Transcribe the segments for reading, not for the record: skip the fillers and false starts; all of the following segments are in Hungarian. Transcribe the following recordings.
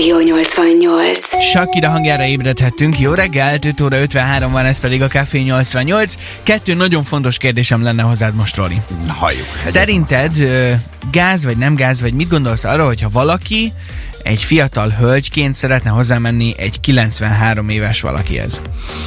Rádió 88. Shakira hangjára ébredhettünk. Jó reggelt, 5 óra 53 van, ez pedig a Café 88. 2 nagyon fontos kérdésem lenne hozzád most, Roli. Halljuk. Szerinted gáz vagy nem gáz, vagy mit gondolsz arra, hogyha valaki egy fiatal hölgyként szeretne hozzámenni egy 93 éves valakihez?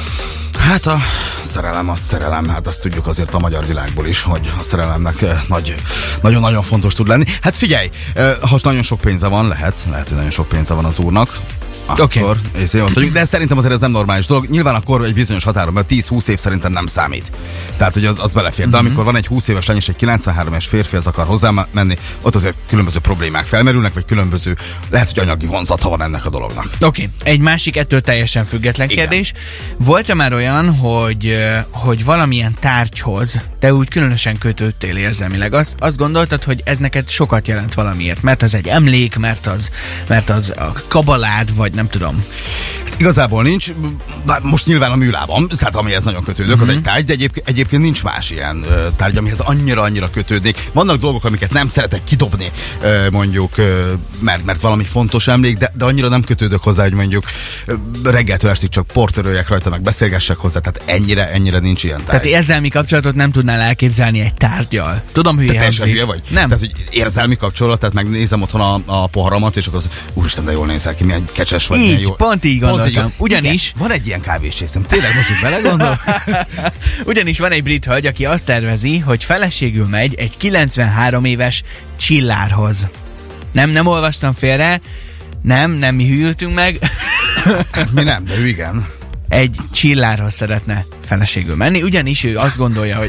Hát a szerelem az szerelem, hát azt tudjuk azért a magyar világból is, hogy a szerelemnek nagyon-nagyon fontos tud lenni. Hát figyelj, ha nagyon sok pénze van, lehet, hogy nagyon sok pénze van az úrnak, akkor de szerintem azért ez nem normális dolog. Nyilván akkor egy bizonyos határon, mert 10-20 év szerintem nem számít. Tehát, hogy az belefér. De amikor van egy 20 éves lány és egy 93 éves férfi, az akar hozzámenni, ott azért különböző problémák felmerülnek, vagy különböző, lehet, hogy anyagi vonzata van ennek a dolognak. Oké. Egy másik ettől teljesen független kérdés. Volt-e már olyan, hogy valamilyen tárgyhoz te úgy különösen kötődtél érzelmileg? Azt gondoltad, hogy ez neked sokat jelent valamiért? Mert az egy emlék, mert az a kabalád, vagy nem tudom. Igazából nincs, most nyilván a műlában, tehát amihez nagyon kötődök, az egy tárgy, de egyébként nincs más ilyen tárgy, amihez annyira kötődnék. Vannak dolgok, amiket nem szeretek kidobni, mondjuk, mert valami fontos emlék, de annyira nem kötődök hozzá, hogy mondjuk reggeltől estig csak portöröljek rajta, meg beszélgessek hozzá, tehát ennyire nincs ilyen tárgy. Tehát érzelmi kapcsolatot nem tudnál elképzelni egy tárggyal. Tudom, hülye hangzik. Hülye vagy? Nem. Tehát, hogy érzelmi kapcsolat, tehát megnézem otthon a poharamat, és akkor az, úristen, de jól nézel ki, milyen kecses vagy, milyen jó. Pont így gondoltam. Ugyanis... Igen, van egy ilyen kávéscsészem, tényleg most így belegondol. Ugyanis van egy brit hölgy, aki azt tervezi, hogy feleségül megy egy 93 éves csillárhoz. Nem olvastam félre, nem mi hűltünk meg. Mi nem, de ő igen. Egy csillárhoz szeretne feleségül menni, ugyanis ő azt gondolja,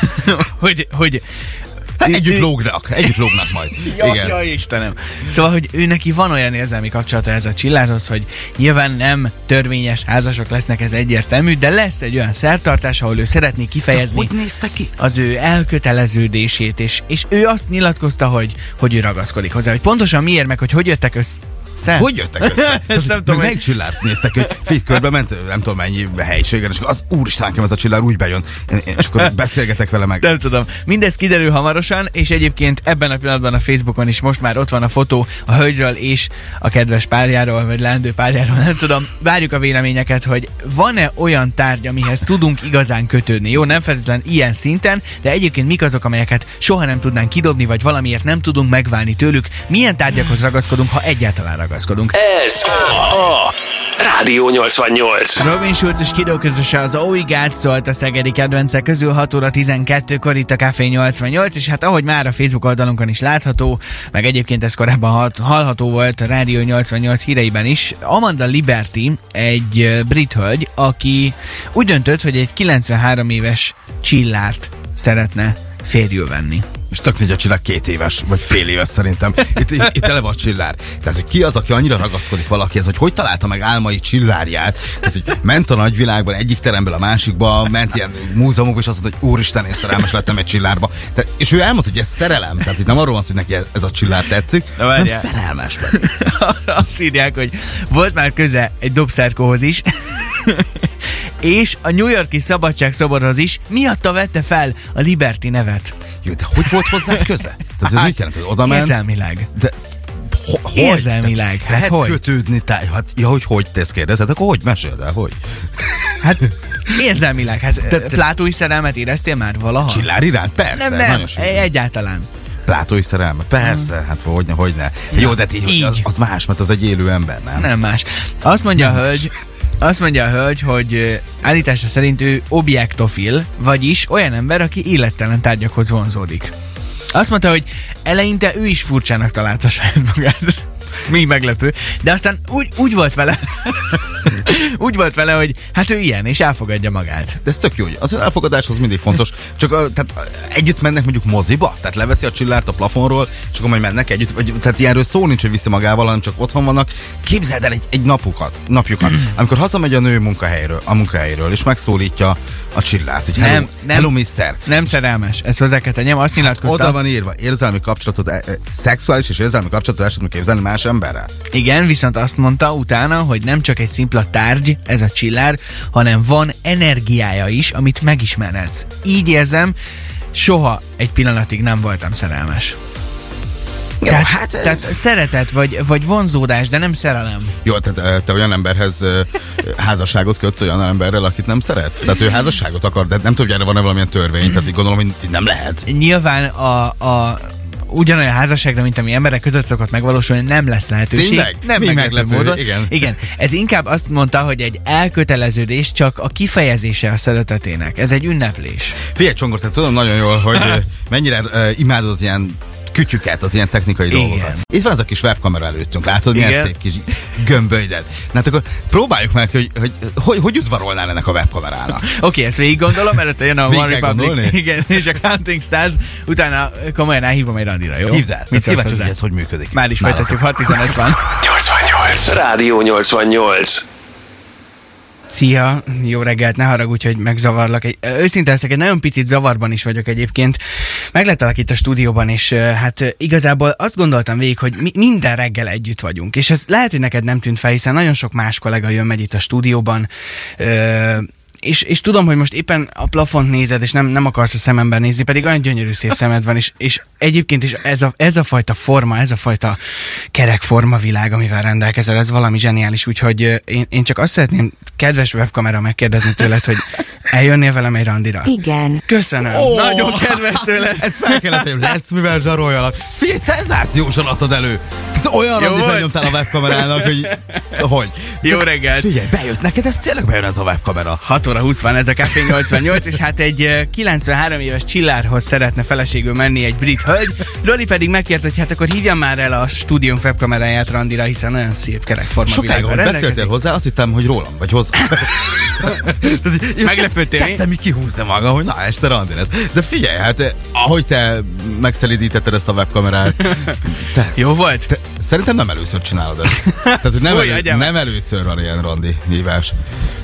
hogy hát együtt lógnak majd. Jaj, Istenem. Szóval, hogy ő neki van olyan érzelmi kapcsolata ez a csillárhoz, hogy nyilván nem törvényes házasok lesznek, ez egyértelmű, de lesz egy olyan szertartás, ahol ő szeretné kifejezni hogy nézte ki? Az ő elköteleződését, és ő azt nyilatkozta, hogy ő ragaszkodik hozzá, hogy pontosan miért, meg hogy jöttek össze. Hogy jöttek össze? Ezt nem tudom, melyik csillárt néztek, hogy körbe ment, nem tudom mennyi helyiségen, és az úristen, nekem ez a csillár úgy bejön, és akkor beszélgetek vele meg. Nem tudom. Mindez kiderül hamarosan, és egyébként ebben a pillanatban a Facebookon is most már ott van a fotó a hölgyről és a kedves párjáról, vagy leendő párjáról, nem tudom. Várjuk a véleményeket, hogy van-e olyan tárgy, amihez tudunk igazán kötődni. Jó, nem feltétlenül ilyen szinten, de egyébként mik azok, amelyeket soha nem tudnánk kidobni, vagy valamiért nem tudunk megválni tőlük. Milyen tárgyakhoz ragaszkodunk, ha egyáltalán ragaszkodunk. Ez a Rádió 88. Robin Schulz és Kidó közöse az Oh My God szólt a szegedi kedvencek közül 6 óra 12-kor itt a Café 88, és hát ahogy már a Facebook oldalunkon is látható, meg egyébként ez korábban hallható volt a Rádió 88 híreiben is, Amanda Liberty, egy brit hölgy, aki úgy döntött, hogy egy 93 éves csillárt szeretne férjül venni. És tök nagy a csillár 2 éves, vagy fél éves szerintem. Itt eleve a csillár. Tehát, hogy ki az, aki annyira ragaszkodik valakihez, hogy találta meg álmai csillárját. Tehát, hogy ment a nagyvilágban egyik teremből a másikba, ment ilyen múzeumokba, és azt mondta, hogy úristen, én szerelmes lettem egy csillárba. Tehát, és ő elmondta, hogy ez szerelem. Tehát itt nem arról van szó, hogy neki ez a csillár tetszik, hanem szerelmes vagy. Azt írják, hogy volt már köze egy dobszerkóhoz is, és a New York-i szabadságszoborhoz is miatta vette fel a Liberty nevet. Jó, de hogy volt hozzá köze? Tehát ez mit jelent, hogy oda ment? Érzelmileg. De érzelmileg. Hát lehet hogy? Kötődni, hogy te ezt kérdezed, akkor hogy meséld el, hogy? Hát érzelmileg. Hát plátói szerelmet éreztél már valaha? Csillár iránt? Persze. Nem, egyáltalán. Plátói szerelme? Persze, hát hogyne. Jó, de az más, mert az egy élő ember, nem? Nem más. Azt mondja a hölgy, hogy állítása szerint ő objektofil, vagyis olyan ember, aki élettelen tárgyakhoz vonzódik. Azt mondta, hogy eleinte ő is furcsának találta saját magát. Még meglepő. De aztán úgy volt vele, hogy hát ő ilyen, és elfogadja magát. De ez tök jó, az elfogadáshoz mindig fontos. Csak tehát együtt mennek mondjuk moziba? Tehát leveszi a csillárt a plafonról, és akkor majd mennek együtt. Tehát ilyenről szó nincs, hogy viszi magával, hanem csak otthon vannak. Képzeld el egy napjukat, amikor hazamegy a nő munkahelyről, és megszólítja a csillárt, hogy hello mister. Nem szerelmes, ezt hozzá kell tennem, azt nyilatkoztam. Oda van írva, érzelmi kapcsolatot, szexuális és érzelmi kapcsolatot el sem képzelni más emberrel. Igen, viszont azt mondta utána, hogy nem csak egy szimpla tárgy, ez a csillár, hanem van energiája is, amit megismerhetsz. Így érzem, soha egy pillanatig nem voltam szerelmes. Tehát szeretet, vagy vonzódás, de nem szerelem. Jó, tehát te olyan emberhez házasságot kötsz olyan emberrel, akit nem szeretsz? Tehát ő házasságot akar, de nem tudom, hogy erre van-e valamilyen törvény, tehát így gondolom, hogy nem lehet. Nyilván ugyanolyan házasságra, mint ami emberek között szokott megvalósulni, nem lesz lehetőség. Tényleg? Nem Mi meglepő módon. Igen. Ez inkább azt mondta, hogy egy elköteleződés csak a kifejezése a szeretetének. Ez egy ünneplés. Figyelj, Csongor, tehát tudom nagyon jól, hogy mennyire imádod az ilyen kütyüket, az ilyen technikai dolgokat. Itt van az a kis webkamera előttünk, látod, milyen szép kis gömbölydet. Na hát akkor próbáljuk meg, hogy udvarolnál ennek a webkamerának. Oké, ezt végig gondolom, előtte jön a One Republic, igen, és a Counting Stars, utána komolyan elhívom egy randira, jó? Hívd el, kíváncsi, hogy ez hogy működik. Már is folytatjuk, 6:15 van. 88. Rádió 88. Szia, jó reggelt, ne haragudj, hogy megzavarlak. Őszintén leszek, egy nagyon picit zavarban is vagyok egyébként. Meglettelek itt a stúdióban, és hát igazából azt gondoltam végig, hogy minden reggel együtt vagyunk. És ez lehet, hogy neked nem tűnt fel, hiszen nagyon sok más kollega jön-megy itt a stúdióban, és tudom, hogy most éppen a plafont nézed, és nem akarsz a szememben nézni, pedig olyan gyönyörű szép szemed van, és egyébként is ez a fajta forma, ez a fajta kerek formavilág, amivel rendelkezel, ez valami zseniális, úgyhogy én csak azt szeretném, kedves webkamera, megkérdezni tőled, hogy eljönnél velem egy randira? Igen. Köszönöm. Nagyon kedves tőled. Ez fel kellett, hogy lesz mivel zsaroljalak. Figyelj, szenzációsan adtad elő. Tehát olyan randit elnyomtál a webkamerának, hogy... Jó reggelt. Figyelj, bejött neked, ez tényleg bejön ez a webkamera. 6:20 van, ez a Café 88, és hát egy 93 éves csillárhoz szeretne feleségül menni egy brit hölgy. Roli pedig megkért, hogy hát akkor hívjam már el a stúdiónk webkameráját randira, hiszen nagyon szép kerek formavilággal rendelkezik. Sokáig beszéltél hozzá, azt hittem, hogy rólam, vagy hozzá. Meglepődtél, mi? Kezdtem így kihúzni magam, hogy na, este randi lesz. De figyelj, hát ahogy te megszelidítetted ezt a webkamerát. Jó volt? Szerintem nem először csinálod ezt. Tehát, hogy nem először van ilyen randi hívás.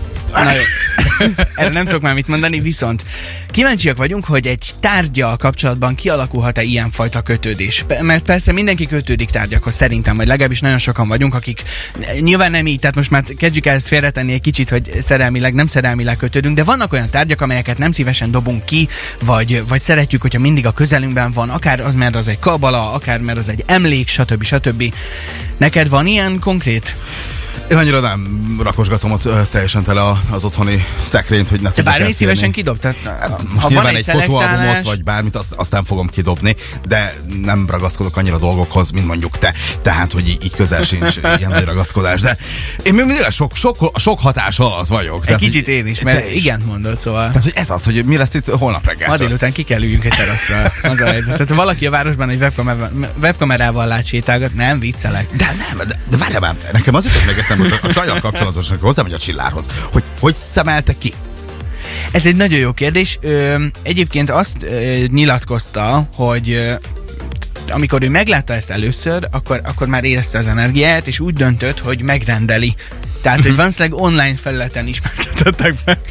Na jó. Erre nem tudok már mit mondani, viszont kíváncsiak vagyunk, hogy egy tárggyal kapcsolatban kialakulhat-e ilyenfajta kötődés. Mert persze mindenki kötődik tárgyakhoz, szerintem, vagy legalábbis nagyon sokan vagyunk, akik nyilván nem így, tehát most már kezdjük el ezt félretenni egy kicsit, hogy szerelmileg, nem szerelmileg kötődünk, de vannak olyan tárgyak, amelyeket nem szívesen dobunk ki, vagy szeretjük, hogyha mindig a közelünkben van, akár az, mert az egy kabala, akár mert az egy emlék, stb. Neked van ilyen konkrét? Én annyira nem rakosgatom ott teljesen tele az otthoni szekrényt, hogy ne tudjak bármit szívesen kidobtad? Most nyilván egy fotóalbumot, vagy bármit, azt nem fogom kidobni, de nem ragaszkodok annyira dolgokhoz, mint mondjuk te. Tehát, hogy így közel sincs ilyen nagy ragaszkodás. De én még mindig sok hatás alatt vagyok. Egy kicsit én is, mert igen mondod, szóval. Tehát, hogy ez az, hogy mi lesz itt holnap reggel. Ma délután ki kell üljünk egy teraszra. Az a helyzet. Tehát valaki a városban egy webkamerával lát sétálgat, nem viccelek. De várjál már, nekem az jutott meg eszembe, a csajjal kapcsolatosan hozzám, vagy a csillárhoz. Hogy szemelte ki? Ez egy nagyon jó kérdés. Egyébként azt nyilatkozta, hogy amikor ő meglátta ezt először, akkor már érezte az energiát, és úgy döntött, hogy megrendeli. Tehát, hogy valószínűleg online felületen ismertetettek meg.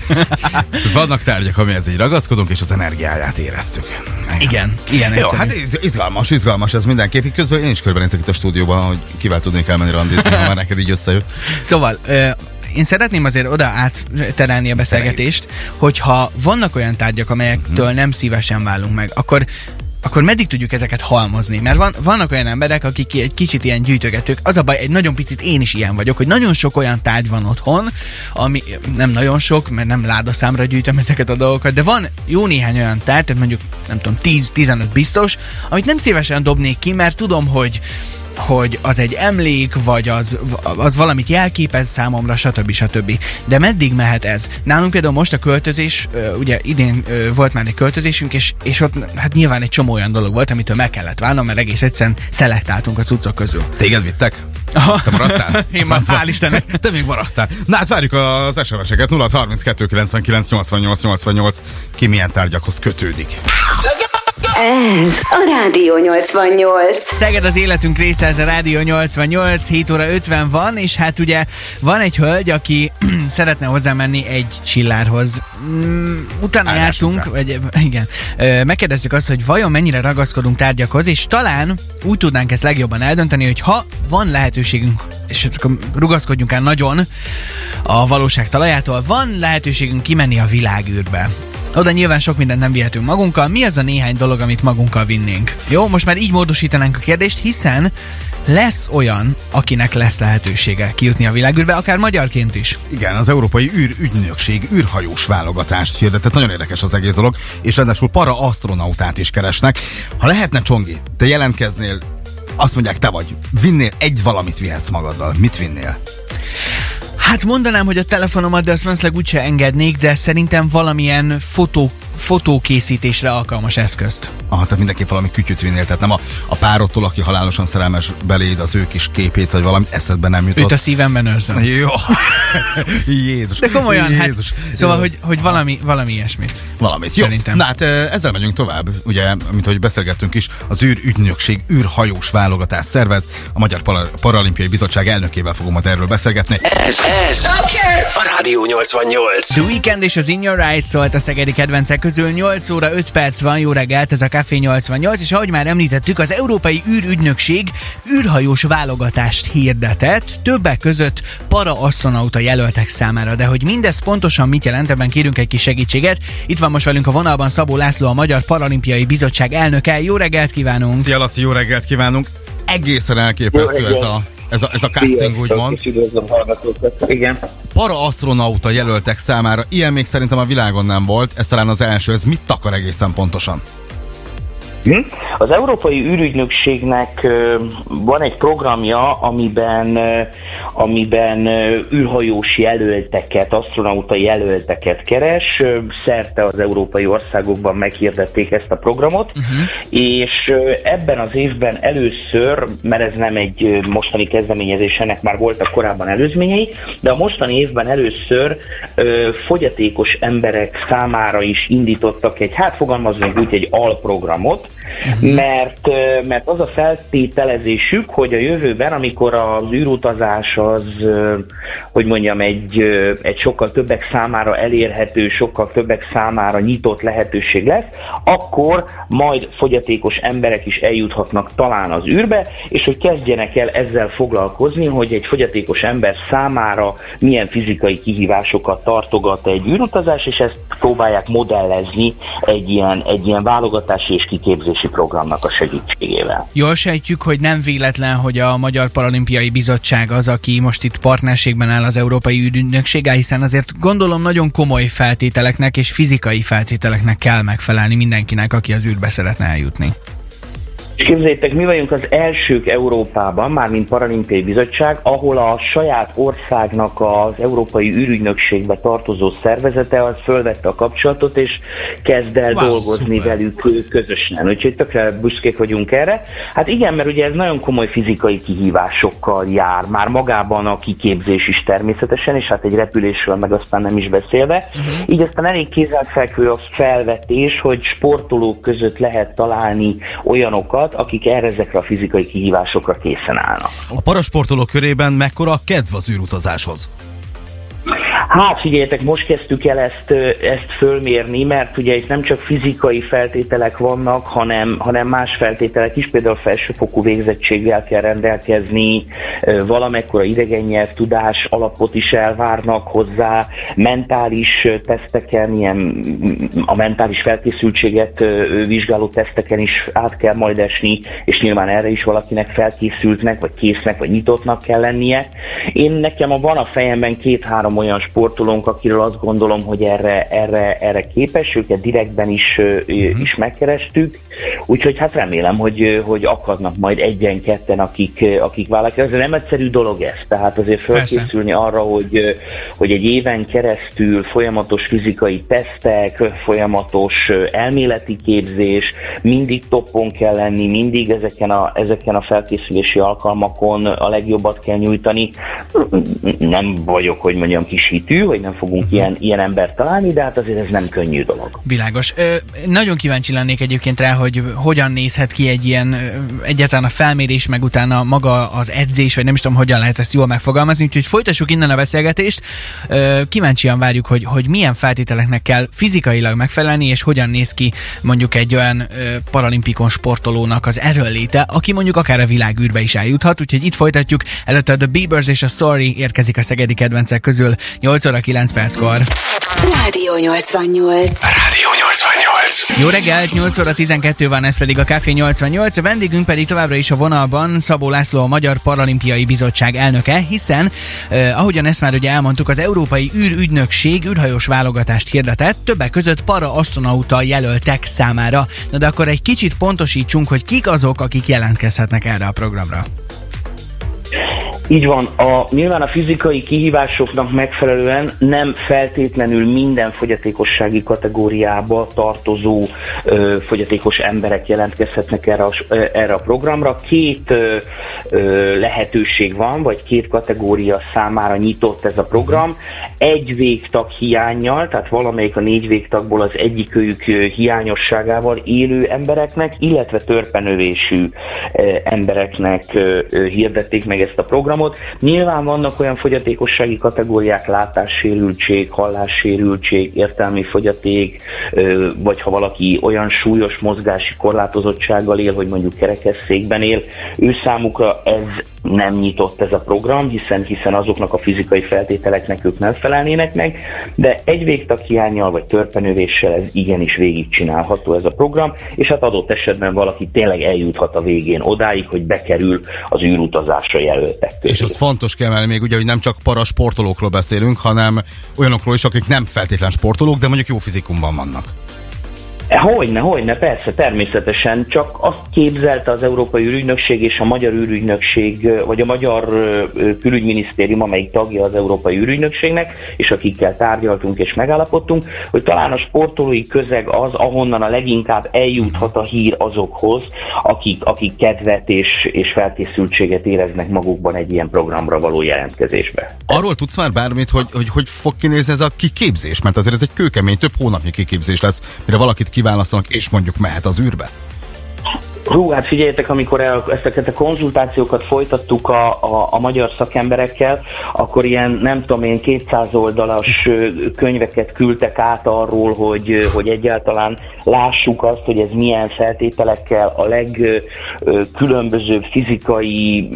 Vannak tárgyak, amihez így ragaszkodunk, és az energiáját éreztük. Igen, ilyen jó, hát izgalmas ez mindenképp. Közben én is körbenézek itt a stúdióban, hogy kivel tudnék elmenni randizni, ha már neked így összejött. Szóval, én szeretném azért oda átterelni a beszélgetést, hogyha vannak olyan tárgyak, amelyektől nem szívesen válunk meg, akkor meddig tudjuk ezeket halmozni? Mert vannak olyan emberek, akik egy kicsit ilyen gyűjtögetők. Az a baj, egy nagyon picit én is ilyen vagyok, hogy nagyon sok olyan tárgy van otthon, ami nem nagyon sok, mert nem ládaszámra gyűjtöm ezeket a dolgokat, de van jó néhány olyan tárgy, tehát mondjuk nem tudom, 10-15 biztos, amit nem szívesen dobnék ki, mert tudom, hogy az egy emlék, vagy az valamit jelképez számomra, stb. De meddig mehet ez? Nálunk például most a költözés, ugye idén volt már egy költözésünk, és ott hát nyilván egy csomó olyan dolog volt, amitől meg kellett válnom, mert egész egyszerűen szelektáltunk a cuccok közül. Téged vittek? Te maradtál? Én már, hál' Istennek. Te még maradtál. Na hát várjuk az SMS-eket. 0-32 99 88 88. Ki milyen tárgyakhoz kötődik? Ez a Rádió 88. Szeged az életünk része, ez a Rádió 88, 7:50 van, és hát ugye van egy hölgy, aki szeretne hozzámenni egy csillárhoz. Utána jártunk, vagy igen, megkérdeztük azt, hogy vajon mennyire ragaszkodunk tárgyakhoz, és talán úgy tudnánk ezt legjobban eldönteni, hogy ha van lehetőségünk, és akkor rugaszkodjunk el nagyon a valóság talajától, van lehetőségünk kimenni a világűrbe. Oda nyilván sok mindent nem vihetünk magunkkal. Mi az a néhány dolog, amit magunkkal vinnénk? Jó, most már így módosítanánk a kérdést, hiszen lesz olyan, akinek lesz lehetősége kijutni a világűrbe, akár magyarként is. Igen, az Európai űrügynökség űrhajós válogatást hirdetett, nagyon érdekes az egész dolog, és ráadásul para-asztronautát is keresnek. Ha lehetne, Csongi, te jelentkeznél, azt mondják, te vagy, vinnél egy valamit, vihetsz magaddal. Mit vinnél? Hát mondanám, hogy a telefonomat, de azt valószínűleg úgyse engednék, de szerintem valamilyen fotókészítésre alkalmas eszközt. Tehát mindenképp valami kütyüt vinnél, tehát nem a párodtól, aki halálosan szerelmes beléd, az ő kis képét, vagy valamit eszedbe nem jutott. Őt a szívemben őrzöm. Jó. Jézus. De komolyan, Jézus. Hát, szóval, hogy valami ilyesmit. Valamit. Jó, na hát ezzel megyünk tovább. Ugye, mint ahogy beszélgettünk is, az űrügynökség űrhajós válogatás szervez. A Magyar Paralimpiai Bizottság elnökével fogunk majd erről beszélgetni. Ez a Rádió 88. The Weeknd és az In Your Eyes szólt a szegedi kedvencek közül. 8 óra 5 perc van, jó reggelt, ez a Café 88, és ahogy már említettük, az Európai űrügynökség űrhajós válogatást hirdetett, többek között para-asztronauta jelöltek számára, de hogy mindez pontosan mit jelent, ebben kérünk egy kis segítséget. Itt van most velünk a vonalban Szabó László, a Magyar Paralimpiai Bizottság elnöke. Jó reggelt kívánunk! Szia Laci, jó reggelt kívánunk! Egészen elképesztő ez a casting, úgymond. Igen. Para-asztronauta jelöltek számára, ilyen még szerintem a világon nem volt, ez talán az első, ez mit takar egészen pontosan? Az Európai űrügynökségnek van egy programja, amiben űrhajós jelölteket, asztronauta jelölteket keres. Szerte az európai országokban meghirdették ezt a programot, és ebben az évben először, mert ez nem egy mostani kezdeményezés, ennek már voltak korábban előzményei, de a mostani évben először fogyatékos emberek számára is indítottak fogalmazunk úgy, egy alprogramot, mert az a feltételezésük, hogy a jövőben, amikor az űrutazás az, egy sokkal többek számára elérhető, sokkal többek számára nyitott lehetőség lesz, akkor majd fogyatékos emberek is eljuthatnak talán az űrbe, és hogy kezdjenek el ezzel foglalkozni, hogy egy fogyatékos ember számára milyen fizikai kihívásokat tartogat egy űrutazás, és ezt próbálják modellezni egy ilyen válogatási és kiképzési programnak a segítségével. Jól sejtjük, hogy nem véletlen, hogy a Magyar Paralimpiai Bizottság az, aki most itt partnerségben áll az Európai űrügynökséggel, hiszen azért gondolom nagyon komoly feltételeknek és fizikai feltételeknek kell megfelelni mindenkinek, aki az űrbe szeretne eljutni. És képzeljétek, mi vagyunk az elsők Európában, mármint Paralimpiai Bizottság, ahol a saját országnak az Európai űrügynökségbe tartozó szervezete az fölvette a kapcsolatot, és kezd el dolgozni szuper velük közösen. Úgyhogy tökre büszkék vagyunk erre. Hát igen, mert ugye ez nagyon komoly fizikai kihívásokkal jár, már magában a kiképzés is természetesen, és hát egy repülésről meg aztán nem is beszélve. Így aztán elég kézenfekvő a felvetés, hogy sportolók között lehet találni olyanokat, akik ezekre a fizikai kihívásokra készen állnak. A parasportolók körében mekkora a kedv az űrutazáshoz? Hát figyeljetek, most kezdtük el ezt fölmérni, mert ugye itt nem csak fizikai feltételek vannak, hanem más feltételek is, például felsőfokú végzettséggel kell rendelkezni, valamekkora idegen nyelvtudás alapot is elvárnak hozzá, mentális teszteken, ilyen a mentális felkészültséget vizsgáló teszteken is át kell majd esni, és nyilván erre is valakinek felkészültnek, vagy késznek, vagy nyitottnak kell lennie. Nekem van a fejemben 2-3 olyan sportolónk, akiről azt gondolom, hogy erre képes, őket direktben is megkerestük, úgyhogy hát remélem, hogy akadnak majd egyen-ketten, akik vállalják. Ez nem egyszerű dolog ez, tehát azért felkészülni arra, hogy egy éven keresztül folyamatos fizikai tesztek, folyamatos elméleti képzés, mindig toppon kell lenni, mindig ezeken a felkészülési alkalmakon a legjobbat kell nyújtani. Nem vagyok, hogy mondjam, kis hitű, hogy nem fogunk ilyen embert találni, de hát azért ez nem könnyű dolog. Világos. Nagyon kíváncsi lennék egyébként rá, hogy hogyan nézhet ki egy ilyen egyáltalán a felmérés, meg utána maga az edzés, vagy nem is tudom, hogyan lehet ezt jól megfogalmazni, úgyhogy folytassuk innen a beszélgetést. Kíváncsian várjuk, hogy milyen feltételeknek kell fizikailag megfelelni, és hogyan néz ki mondjuk egy olyan paralimpikon sportolónak az erőnléte, aki mondjuk akár a világűrbe is eljuthat, úgyhogy itt folytatjuk. Előtte a The Biebers és a Sorry érkezik a szegedi kedvencek közül 8 óra 9 perckor. Rádió 88. Rádió 88. Jó reggelt, 8 óra 12 van, ez pedig a Café 88. A vendégünk pedig továbbra is a vonalban Szabó László, a Magyar Paralimpiai Bizottság elnöke, hiszen, ahogyan ezt már ugye elmondtuk, az Európai űrügynökség űrhajós válogatást hirdetett, többek között para-asztronauta jelöltek számára. Na de akkor egy kicsit pontosítsunk, hogy kik azok, akik jelentkezhetnek erre a programra. Így van, nyilván a fizikai kihívásoknak megfelelően nem feltétlenül minden fogyatékossági kategóriába tartozó fogyatékos emberek jelentkezhetnek erre a programra. Két lehetőség van, vagy két kategória számára nyitott ez a program. Egy végtag hiánnyal, tehát valamelyik a 4 végtagból az egyikőjük hiányosságával élő embereknek, illetve törpenövésű embereknek hirdették meg ezt a programot. Nyilván vannak olyan fogyatékossági kategóriák, látássérültség, hallássérültség, értelmi fogyaték, vagy ha valaki olyan súlyos mozgási korlátozottsággal él, hogy mondjuk kerekesszékben él, ő számukra ez nem nyitott ez a program, hiszen azoknak a fizikai feltételeknek ők nem felelnének meg, de egy végtag hiánnyal vagy törpenövéssel ez igenis végigcsinálható ez a program, és hát adott esetben valaki tényleg eljuthat a végén odáig, hogy bekerül az űrutazásra jelöltek közé. És az fontos kiemelni még ugye, hogy nem csak parasportolókról beszélünk, hanem olyanokról is, akik nem feltétlen sportolók, de mondjuk jó fizikumban vannak. Hogyne, persze, természetesen, csak azt képzelte az Európai űrügynökség és a Magyar űrügynökség, vagy a Magyar Külügyminisztérium, amelyik tagja az Európai űrügynökségnek, és akikkel tárgyaltunk és megállapodtunk, hogy talán a sportolói közeg az, ahonnan a leginkább eljuthat a hír azokhoz, akik kedvet és felkészültséget éreznek magukban egy ilyen programra való jelentkezésbe. Arról tudsz már bármit, hogy fog kinézni ez a kiképzés? Mert azért ez egy kőkemény, több hónapnyi kiképzés lesz, mire valakit kiválasztanak, és mondjuk mehet az űrbe? Hát figyeljetek, amikor ezeket a konzultációkat folytattuk a magyar szakemberekkel, akkor ilyen, nem tudom én, 200 oldalas könyveket küldtek át arról, hogy egyáltalán lássuk azt, hogy ez milyen feltételekkel a legkülönbözőbb fizikai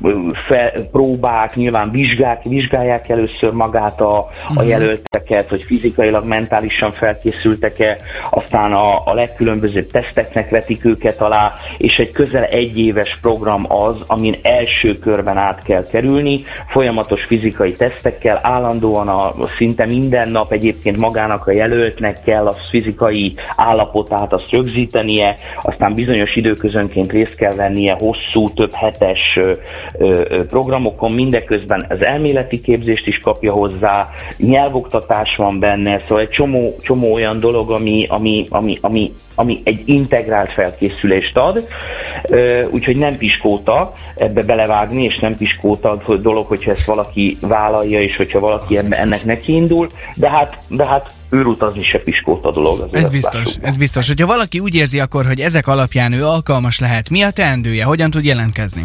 próbák, nyilván vizsgálják először magát a jelölteket, hogy fizikailag, mentálisan felkészültek-e, aztán a legkülönbözőbb teszteknek vetik őket alá, és egy közel 1 éves program az, amin első körben át kell kerülni, folyamatos fizikai tesztekkel, állandóan szinte minden nap egyébként magának a jelöltnek kell a fizikai állapotát azt rögzítenie, aztán bizonyos időközönként részt kell vennie hosszú, több hetes programokon, mindeközben az elméleti képzést is kapja hozzá, nyelvoktatás van benne, szóval egy csomó olyan dolog, ami egy integrált felkészülést ad, úgyhogy nem piskóta ebbe belevágni, és nem piskóta dolog, hogyha ezt valaki vállalja, és hogyha valaki ennek nekiindul, de hát űrutazni se piskóta dolog. Ez biztos. Hogyha valaki úgy érzi akkor, hogy ezek alapján ő alkalmas lehet, mi a teendője? Hogyan tud jelentkezni?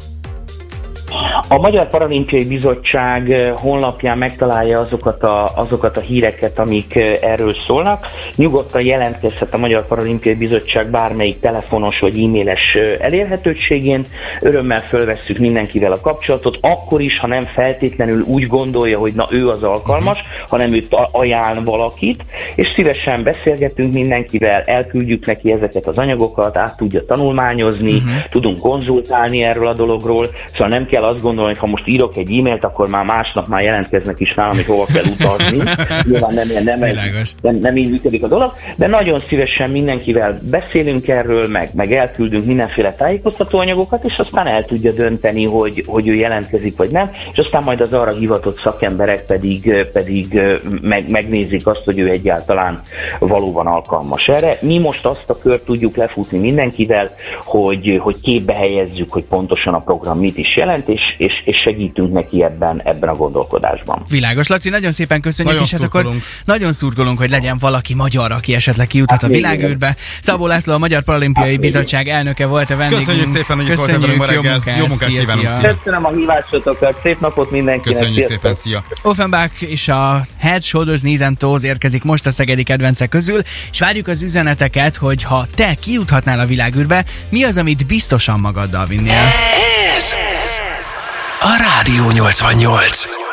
A Magyar Paralimpiai Bizottság honlapján megtalálja azokat a híreket, amik erről szólnak. Nyugodtan jelentkezhet a Magyar Paralimpiai Bizottság bármelyik telefonos vagy e-mailes elérhetőségén. Örömmel fölvesszük mindenkivel a kapcsolatot, akkor is, ha nem feltétlenül úgy gondolja, hogy na ő az alkalmas, hanem őt ajánl valakit, és szívesen beszélgetünk mindenkivel, elküldjük neki ezeket az anyagokat, át tudja tanulmányozni, tudunk konzultálni erről a dologról, szóval nem kell azt gondolni, hogy ha most írok egy e-mailt, akkor már másnap már jelentkeznek is nálam, hogy hova kell utazni. Nyilván nem így működik a dolog, de nagyon szívesen mindenkivel beszélünk erről, meg elküldünk mindenféle tájékoztatóanyagokat, és aztán el tudja dönteni, hogy ő jelentkezik vagy nem, és aztán majd az arra hivatott szakemberek pedig megnézik azt, hogy ő egyáltalán valóban alkalmas erre. Mi most azt a kört tudjuk lefutni mindenkivel, hogy képbe helyezzük, hogy pontosan a program mit is jelent, és segítünk neki ebben a gondolkodásban. Világos, Laci, nagyon szépen köszönjük, nagyon és hát akkor nagyon szurkolunk, hogy legyen valaki magyar, aki esetleg kijuthat a világűrbe. Szabó László, a Magyar Paralimpiai Bizottság elnöke volt a vendégünk. Köszönjük szépen, hogy itt voltál velünk ma reggel. Jó munkát kívánunk, szia! Köszönöm a hívásotokat, szép napot mindenkinek! Köszönjük szépen, szia! Offenbach és a Head, Shoulders, Knees and Toes érkezik most a szegedi kedvencek közül, és várjuk az üzeneteket, hogy ha te kijuthatnál a világűrbe, mi az, amit biztosan magaddal vinnél? Ez a Rádió 88.